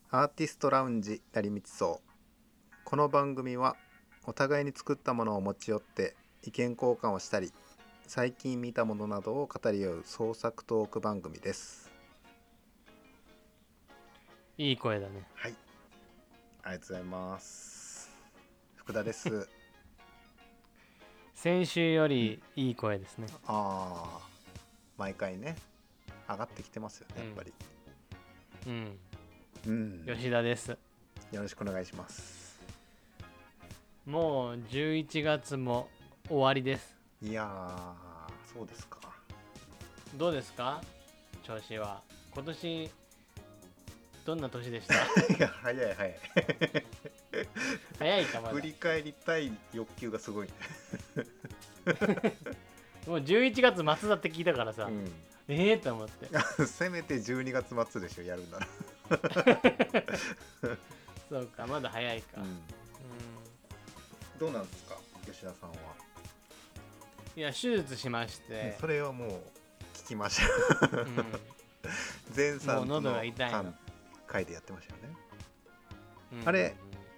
アーティストラウンジ成光荘。この番組はお互いに作ったものを持ち寄って意見交換をしたり、最近見たものなどを語り合う創作トーク番組です。 いい声だね。 はい、ありがとうございます。福田です。 先週よりいい声ですね。 ああ、毎回ね、上がってきてますよね、やっぱり。 吉田です。 よろしくお願いします。 もう11月も終わりです。 いやー、そうですか。 どうですか、調子は。今年どんな年でした？ いや、早い早い。 早いかまだ。 振り返りたい欲求がすごいね。 もう11月末だって聞いたからさ、と思って。 せめて12月末でしょ、やるんなら。 そうか、まだ早いか。 どうなんですか、吉田さんは。 いや、手術しまして、 それはもう聞きました。前さんとのもう喉が痛いの回でやってましたよね。あれ、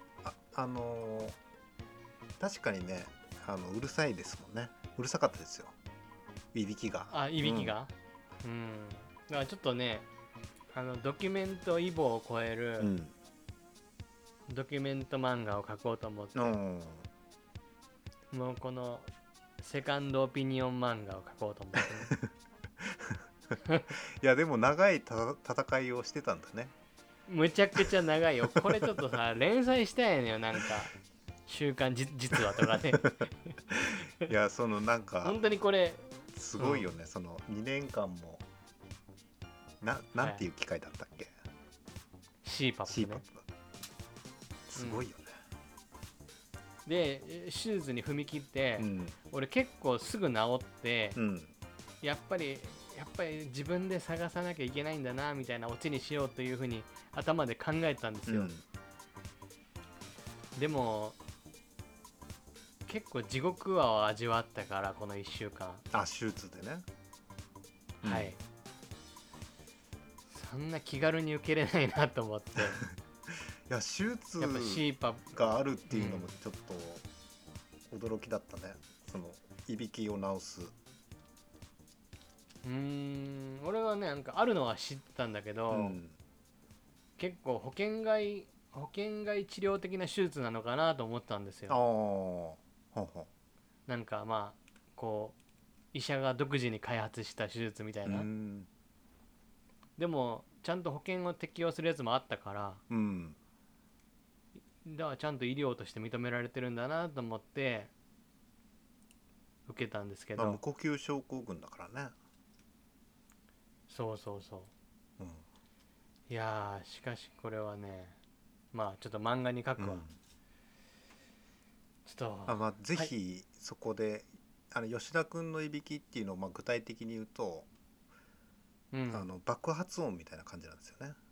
確かにね、うるさいですもんね。うるさかったですよ、いびきが。 いびきが、だからちょっとね、ドキュメントイボを超える、ドキュメント漫画を描こうと思って、もうこのセカンドオピニオン漫画を描こうと思ってね。 いやでも長い戦いをしてたんだね。 むちゃくちゃ長いよ。これちょっとさ、連載したいのよ。なんか週刊実話とかね。 いや、そのなんか本当にこれすごいよね、その2年間も。なんていう機械だったっけ、 CPAP ね。 すごいよね。 で手術に踏み切って、俺結構すぐ治って、やっぱり自分で探さなきゃいけないんだなみたいなオチにしようというふうに頭で考えてたんですよ。でも結構地獄話を味わったから、この1週間。 手術でね。 はい、そんな気軽に受けれないなと思って。 いや、手術やっぱ CPAP があるっていうのもちょっと驚きだったね。そのいびきを治す。 俺はね、なんかあるのは知ってたんだけど、結構保険外治療的な手術なのかなと思ったんですよ。なんかまあこう医者が独自に開発した手術みたいな。でもちゃんと保険を適用するやつもあったから、だからちゃんと医療として認められてるんだなと思って受けたんですけど、 無呼吸症候群だからね。 そう、いやー、しかしこれはね、まあちょっと漫画に書くわ。ちょっとぜひそこで、吉田君のいびきっていうのを具体的に言うと、爆発音みたいな感じなんですよね。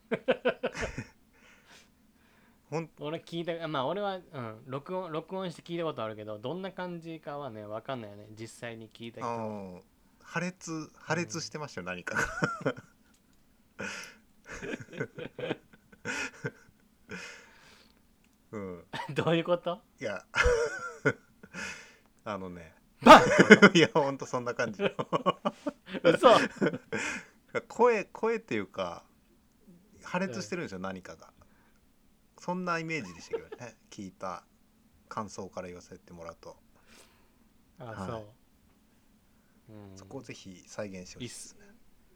俺聞いた、俺は、録音して聞いたことあるけど、どんな感じかはね分かんないよね、実際に聞いた人は。 破裂してましたよ、何かが。 どういうこと？ いやね、 バンいやほんとそんな感じ。 嘘。 声っていうか破裂してるんですよ、何かが。そんなイメージでしたけどね、聞いた感想から言わせてもらうと。 そう、 そこをぜひ再現してほしいですね。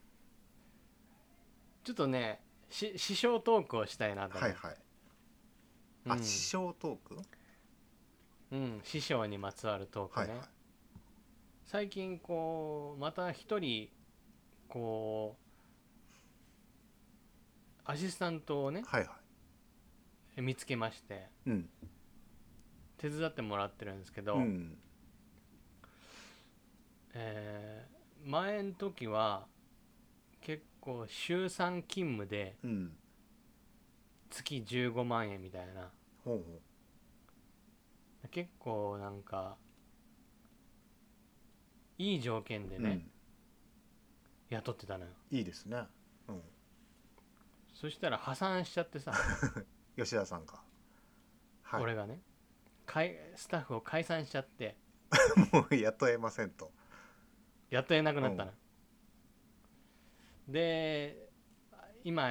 ちょっとね、師匠トークをしたいなと思って。 師匠トーク。 師匠にまつわるトークね。最近こうまた一人こうアシスタントをね、見つけまして、手伝ってもらってるんですけど、前の時は結構週3勤務で月15万円みたいな、結構なんかいい条件でね、雇ってたのよ。 いいですね。 そしたら破産しちゃってさ吉田さんか、はい、 俺がねスタッフを解散しちゃってもう雇えませんと。 雇えなくなったの、で今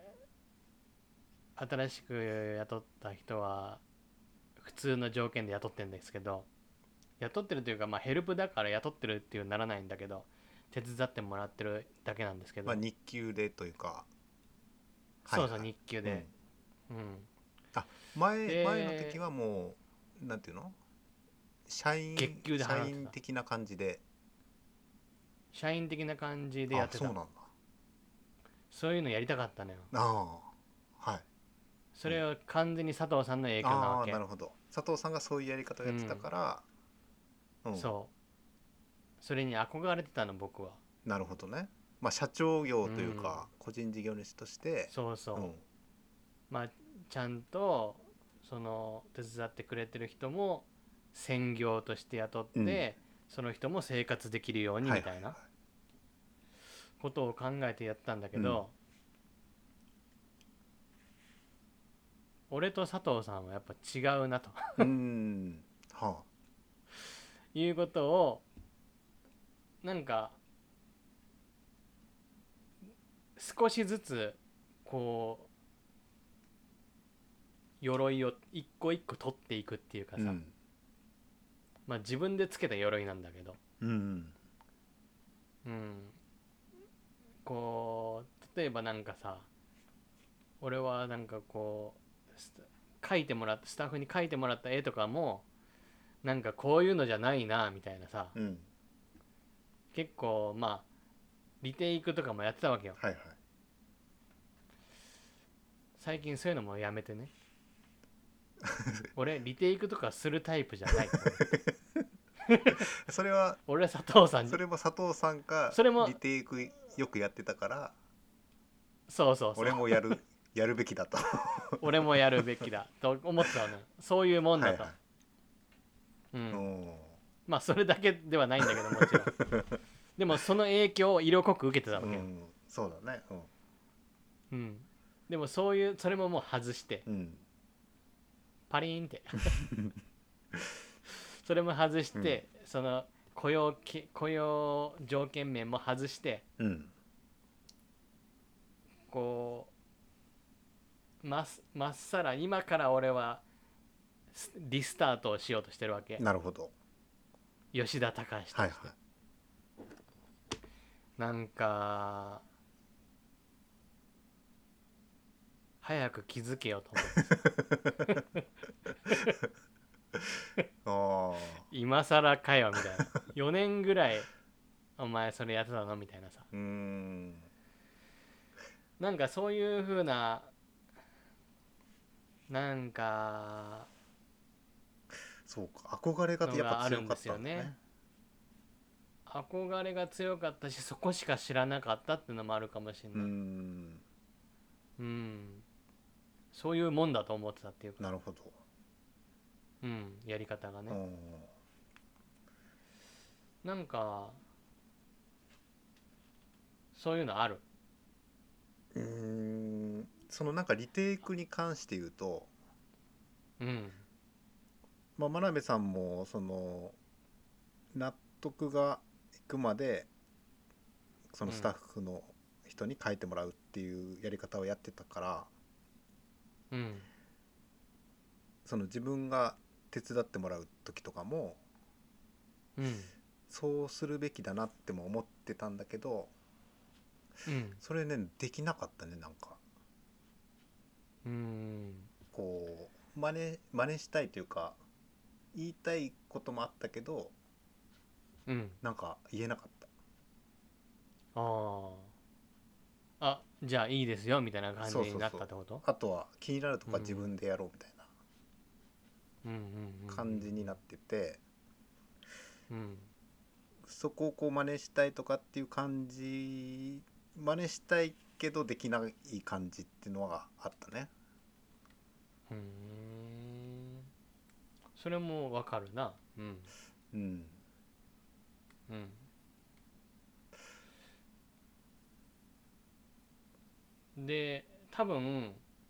新しく雇った人は普通の条件で雇ってるんですけど、雇ってるというか、まあヘルプだから雇ってるっていうならないんだけど、手伝ってもらってるだけなんですけど、 まあ、日給でというか、 そうそう、日給で、 あ、前の時はもうなんていうの、 月給で払ってた、 社員的な感じでやってた。 そうなんだ。 そういうのやりたかったのよ。 はい。 それを完全に佐藤さんの影響なわけ。 なるほど。佐藤さんがそういうやり方をやってたから、 そうそれに憧れてたの僕は。 なるほどね。まあ社長業というか、個人事業主としてそうそう、まあちゃんとその手伝ってくれてる人も専業として雇って、その人も生活できるようにみたいなことを考えてやったんだけど、俺と佐藤さんはやっぱ違うなということをなんか少しずつこう鎧を一個一個取っていくっていうかさ、まあ自分でつけた鎧なんだけど、こう例えばなんかさ、俺はなんかこうスタッフに描いてもらった絵とかもなんかこういうのじゃないなみたいなさ、結構まあリテイクとかもやってたわけよ。最近そういうのもやめてね俺リテイクとかするタイプじゃないそれは俺佐藤さんに、 それも佐藤さんがそれもリテイクよくやってたから、 そう俺もやるべきだと俺もやるべきだと思ってたの。そういうもんだと、まあそれだけではないんだけどもちろんでもその影響を色濃く受けてたわけよ、 そうだね。 でもそれももう外して、パリーンってそれも外して、その雇用条件面も外して、こうまっさら今から俺はリスタートをしようとしてるわけ。 なるほど。 吉田隆として、なんか早く気づけよと思って今更かよみたいな4年ぐらいお前それやってたのみたいなさ、なんかそういう風ななんかそうか、憧れがやっぱ強かったんだね。 憧れが強かったし、そこしか知らなかったっていうのもあるかもしれない。そういうもんだと思ってたっていうか。 なるほど。 やり方がね。なんかそういうのある？ そのなんかリテイクに関して言うと、まあ真鍋さんもその納得がいくまでそのスタッフの人に書いてもらうっていうやり方をやってたから、その自分が手伝ってもらう時とかも、そうするべきだなっても思ってたんだけど、それねできなかったね。なんかこう真似したいというか言いたいこともあったけど、なんか言えなかった。 じゃあいいですよみたいな感じになったってこと？ あとは気になるとか自分でやろうみたいな感じになってて、そこをこう真似したいとかっていう感じ、真似したいけどできない感じっていうのがあったね。 それもわかるな。で多分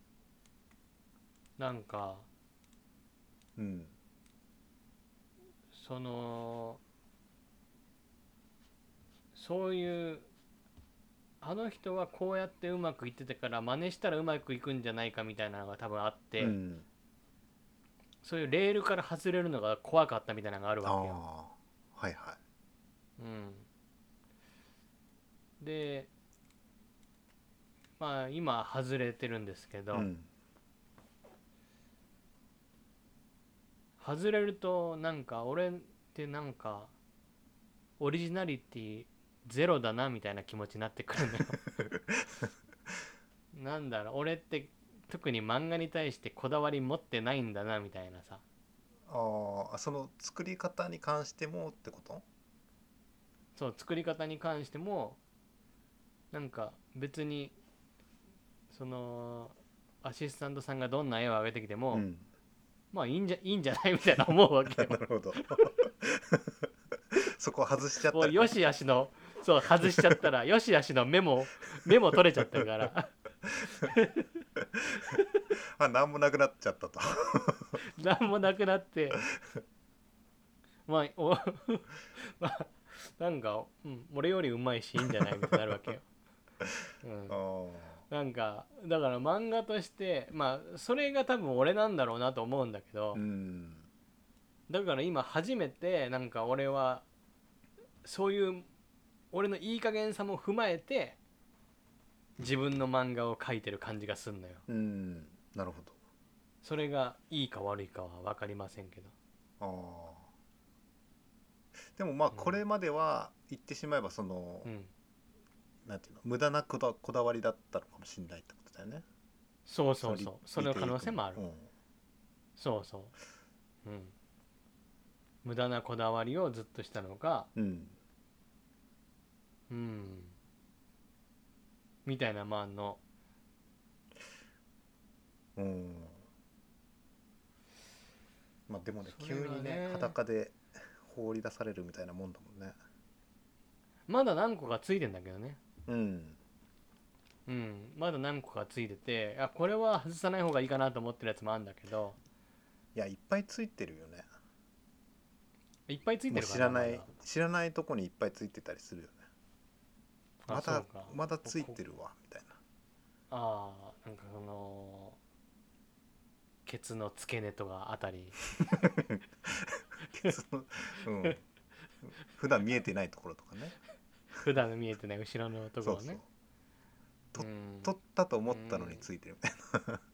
なんか、 うん、 そういうあの人はこうやってうまくいってたから真似したらうまくいくんじゃないかみたいなのが多分あって、 うん、 そういうレールから外れるのが怖かったみたいなのがあるわけよ。 はいはい。 でまあ今外れてるんですけど、外れるとなんか俺ってなんかオリジナリティゼロだなみたいな気持ちになってくるのよなんだろう、俺って特に漫画に対してこだわり持ってないんだなみたいなさ。 その作り方に関してもってこと？ そう、作り方に関してもなんか別にそのアシスタントさんがどんな絵を上げてきても、まあいいんじゃないみたいな思うわけよなるほどそこ外しちゃったら、 よしあしの、そう外しちゃったらよしあしのメモ取れちゃってるから何もなくなっちゃったと何もなくなってまあまあなんか、俺よりうまいしいいんじゃないみたいになるわけよ、なんかだから漫画としてまあそれが多分俺なんだろうなと思うんだけど、だから今初めてなんか俺はそういう俺のいい加減さも踏まえて自分の漫画を描いてる感じがすんのよ。 なるほど。 それがいいか悪いかは分かりませんけど。 でもまあこれまでは言ってしまえばその、なんていうの、無駄なこだわりだったのかもしれないってことだよね。 そうその可能性もある。そう無駄なこだわりをずっとしたのか、みたいなまあのまあでもね、急にね裸で放り出されるみたいなもんだもんね。 まだ何個かついてんだけどね。まだ何個かついてて、これは外さない方がいいかなと思ってるやつもあるんだけど。 いや、いっぱいついてるよね。 いっぱいついてるから知らないとこにいっぱいついてたりするよね。まだついてるわみたいな。 なんかそのケツの付け根とかあたりケツの、普段見えてないところとかね。 普段見えてない後ろのところね。 取ったと思ったのについてるみたいな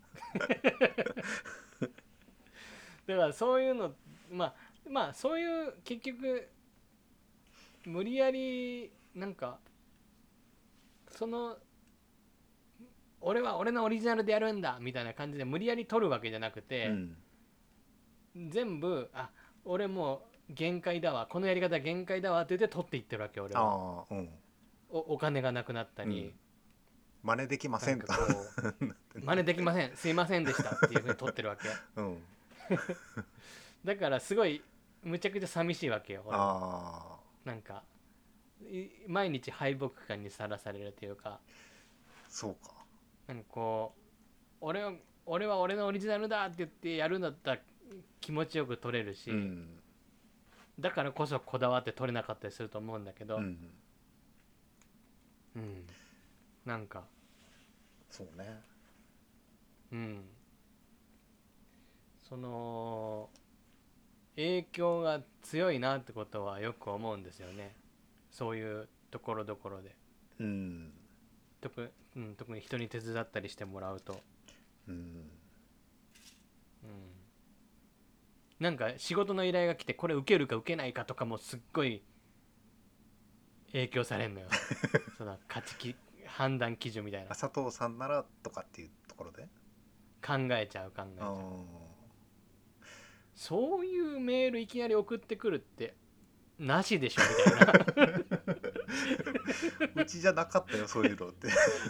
だからそういうのまあそういう結局無理やりなんかその俺は俺のオリジナルでやるんだみたいな感じで無理やり取るわけじゃなくて、全部俺もう限界だわ、このやり方限界だわって言って取っていってるわけ俺は。お金がなくなったり、 真似できませんと真似できません、すいませんでしたっていうふうに取ってるわけだからすごいむちゃくちゃ寂しいわけよ。なんか毎日敗北感にさらされるというか。 そうか。 なんかこう俺は俺のオリジナルだって言ってやるんだったら気持ちよく撮れるし、だからこそこだわって撮れなかったりすると思うんだけど、なんかそうね。 その影響が強いなってことはよく思うんですよね。そういうところどころで。特に人に手伝ったりしてもらうと、なんか仕事の依頼が来てこれ受けるか受けないかとかもすっごい影響されるのよその判断基準みたいな。 佐藤さんならとかっていうところで考えちゃう。そういうメールいきなり送ってくるってなしでしょみたいなうちじゃなかったよそういうのって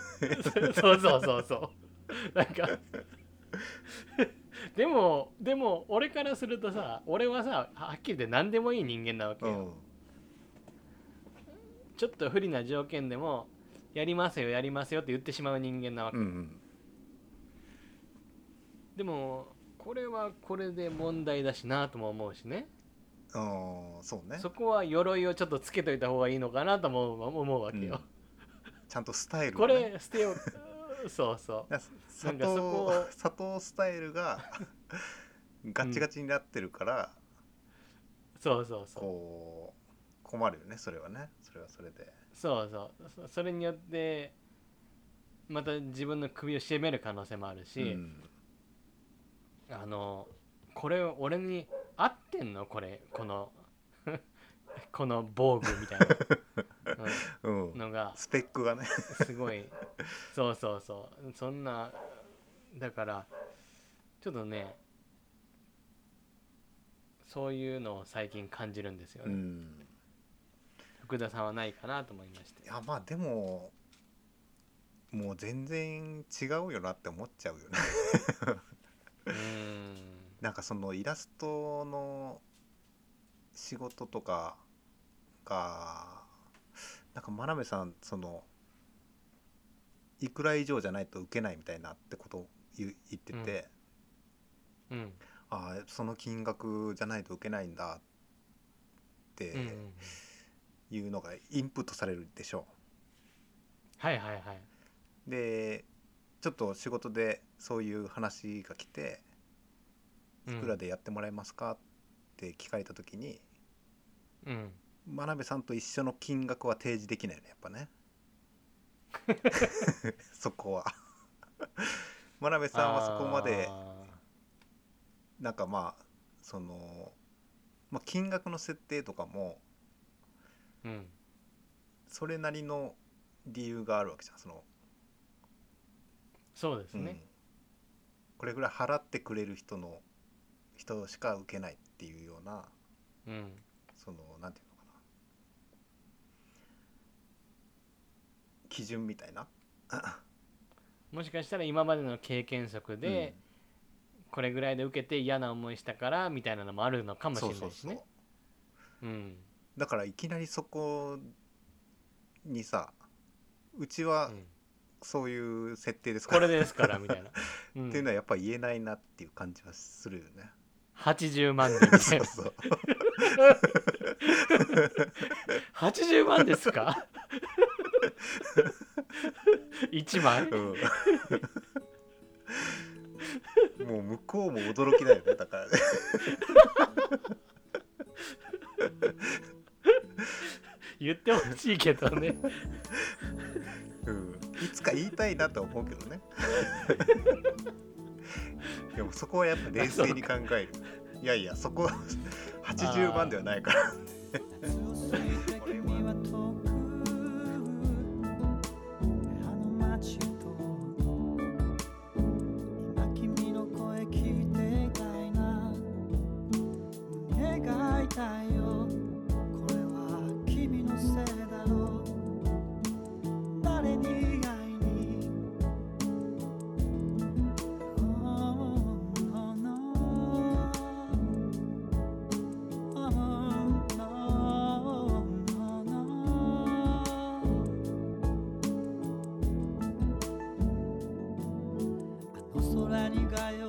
そうなんかでも俺からするとさ、俺はさはっきり言って何でもいい人間なわけよ、ちょっと不利な条件でもやりますよって言ってしまう人間なわけ、 でもこれはこれで問題だしなとも思うしね。 そうね。 そこは鎧をちょっとつけといた方がいいのかなとも思うわけよ、 ちゃんとスタイル、ね、 これ捨てようそうそう佐藤スタイルがガチガチになってるから、 そうこう困るよね。それはそれでそうそれによってまた自分の首を絞める可能性もあるし、これ俺に合ってんのこのこの防具みたいな、のがスペックがねすごいそうそんなだからちょっとねそういうのを最近感じるんですよね。福田さんはないかなと思いまして。 いやまあでももう全然違うよなって思っちゃうよねなんかそのイラストの仕事とかがなんか真鍋さんそのいくら以上じゃないと受けないみたいなってことを言ってて、その金額じゃないと受けないんだっていうのがインプットされるでしょう。はいはいはい。 でちょっと仕事でそういう話が来て、いくらでやってもらえますかって聞かれた時に、真鍋さんと一緒の金額は提示できないよねやっぱねそこは真鍋さんはそこまでなんかまあその、金額の設定とかも、それなりの理由があるわけじゃん。 そうですね、 これぐらい払ってくれる人しか受けないっていうような、そのなんていうのかな、基準みたいなもしかしたら今までの経験則で、これぐらいで受けて嫌な思いしたからみたいなのもあるのかもしれないしね。 だからいきなりそこにさ、うちはそういう設定ですからこれですからみたいな、 っていうのはやっぱ言えないなっていう感じはするよね。 80万でみたいなそう80万ですか1枚、 もう向こうも驚きだよねだからね言ってほしいけどねいつか言いたいなと思うけどねでもそこはやっぱ冷静に考えるいやいやそこは80万ではないから空に輝